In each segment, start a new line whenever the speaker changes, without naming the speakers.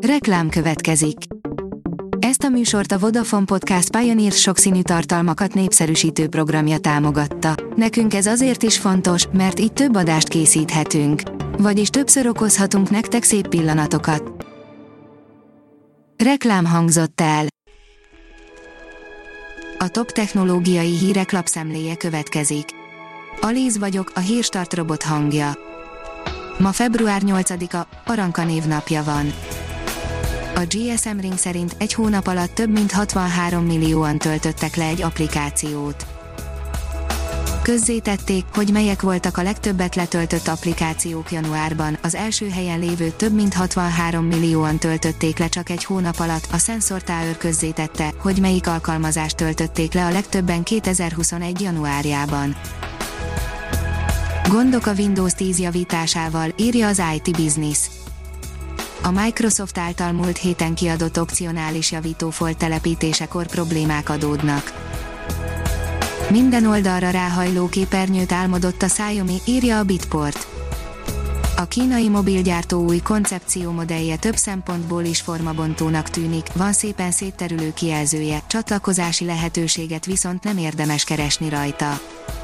Reklám következik. Ezt a műsort a Vodafone Podcast Pioneer sokszínű tartalmakat népszerűsítő programja támogatta. Nekünk ez azért is fontos, mert így több adást készíthetünk. Vagyis többször okozhatunk nektek szép pillanatokat. Reklám hangzott el. A top technológiai hírek lapszemléje következik. Alíz vagyok, a Hírstart robot hangja. Ma február 8-a, Aranka névnapja van. A GSM Ring szerint egy hónap alatt több mint 63 millióan töltöttek le egy applikációt. Közzétették, hogy melyek voltak a legtöbbet letöltött applikációk januárban, az első helyen lévő több mint 63 millióan töltötték le csak egy hónap alatt, a Sensor Tower közzétette, hogy melyik alkalmazást töltötték le a legtöbben 2021. januárjában. Gondok a Windows 10 javításával, írja az IT Business. A Microsoft által múlt héten kiadott opcionális javítófolt telepítésekor problémák adódnak. Minden oldalra ráhajló képernyőt álmodott a Xiaomi, írja a Bitport. A kínai mobilgyártó új koncepciómodellje több szempontból is formabontónak tűnik, van szépen szétterülő kijelzője, csatlakozási lehetőséget viszont nem érdemes keresni rajta.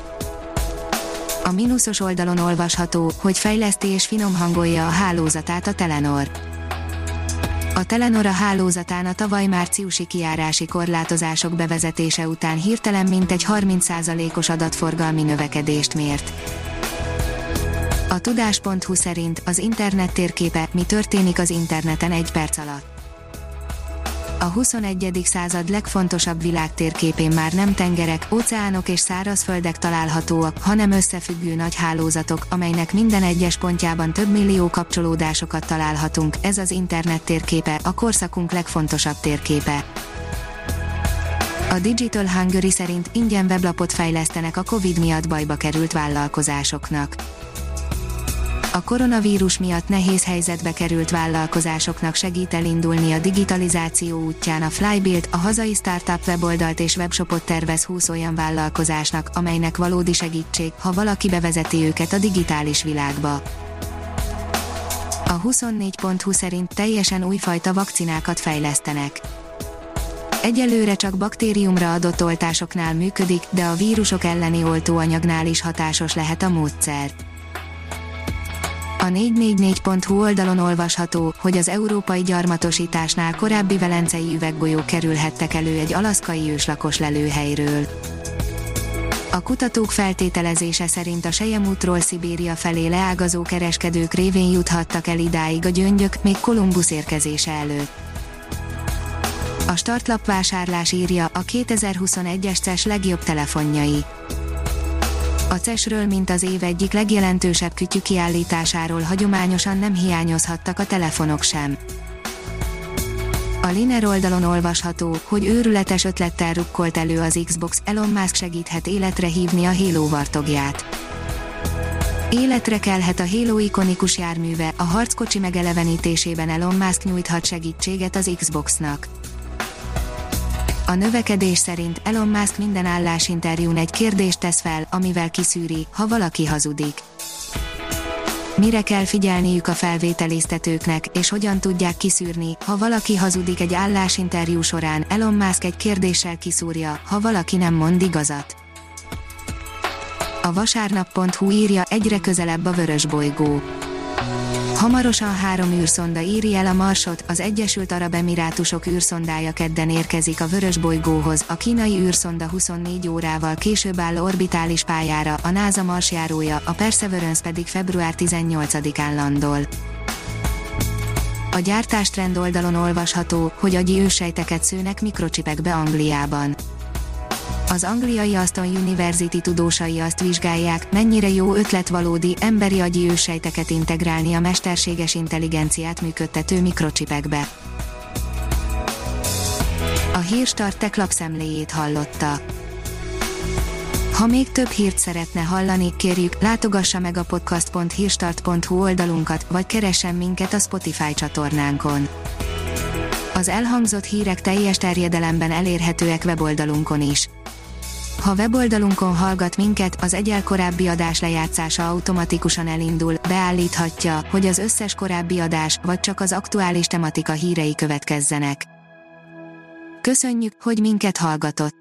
A mínuszos oldalon olvasható, hogy fejleszti és finomhangolja a hálózatát a Telenor. A Telenor a hálózatán a tavaly márciusi kijárási korlátozások bevezetése után hirtelen mintegy 30%-os adatforgalmi növekedést mért. A tudás.hu szerint az internet térképe, mi történik az interneten egy perc alatt. A 21. század legfontosabb világtérképén már nem tengerek, óceánok és szárazföldek találhatóak, hanem összefüggő nagy hálózatok, amelynek minden egyes pontjában több millió kapcsolódásokat találhatunk, ez az internet térképe, a korszakunk legfontosabb térképe. A Digital Hungary szerint ingyen weblapot fejlesztenek a Covid miatt bajba került vállalkozásoknak. A koronavírus miatt nehéz helyzetbe került vállalkozásoknak segít elindulni a digitalizáció útján a Flybuild, a hazai startup weboldalt és webshopot tervez 20 olyan vállalkozásnak, amelynek valódi segítség, ha valaki bevezeti őket a digitális világba. A 24.hu szerint teljesen újfajta vakcinákat fejlesztenek. Egyelőre csak baktériumra adott oltásoknál működik, de a vírusok elleni oltóanyagnál is hatásos lehet a módszer. A 444.hu oldalon olvasható, hogy az európai gyarmatosításnál korábbi velencei üveggolyók kerülhettek elő egy alaszkai őslakos lelőhelyről. A kutatók feltételezése szerint a Selyemútról Szibéria felé leágazó kereskedők révén juthattak el idáig a gyöngyök, még Kolumbusz érkezése előtt. A startlap vásárlás írja, a 2021-es CES legjobb telefonjai. A CES-ről mint az év egyik legjelentősebb kütyű kiállításáról hagyományosan nem hiányozhattak a telefonok sem. A Liner oldalon olvasható, hogy őrületes ötlettel rukkolt elő az Xbox, Elon Musk segíthet életre hívni a Halo vartogját. Életre kelhet a Halo ikonikus járműve, a harckocsi megelevenítésében Elon Musk nyújthat segítséget az Xboxnak. A növekedés szerint Elon Musk minden állásinterjún egy kérdést tesz fel, amivel kiszűri, ha valaki hazudik. Mire kell figyelniük a felvételiztetőknek, és hogyan tudják kiszűrni, ha valaki hazudik egy állásinterjú során, Elon Musk egy kérdéssel kiszúrja, ha valaki nem mond igazat. A vasárnap.hu írja, egyre közelebb a vörösbolygó. Hamarosan 3 űrszonda éri el a Marsot, az Egyesült Arab Emirátusok űrszondája kedden érkezik a vörösbolygóhoz, a kínai űrszonda 24 órával később áll orbitális pályára, a NASA marsjárója, a Perseverance pedig február 18-án landol. A gyártástrend oldalon olvasható, hogy agyi őssejteket szőnek mikrocsipekbe Angliában. Az angliai Aston University tudósai azt vizsgálják, mennyire jó ötlet valódi, emberi agyi őssejteket integrálni a mesterséges intelligenciát működtető mikrocsipekbe. A Hírstart tech lapszemléjét hallotta. Ha még több hírt szeretne hallani, kérjük, látogassa meg a podcast.hírstart.hu oldalunkat, vagy keressen minket a Spotify csatornánkon. Az elhangzott hírek teljes terjedelemben elérhetőek weboldalunkon is. Ha weboldalunkon hallgat minket, az egyel korábbi adás lejátszása automatikusan elindul, beállíthatja, hogy az összes korábbi adás, vagy csak az aktuális tematika hírei következzenek. Köszönjük, hogy minket hallgatott!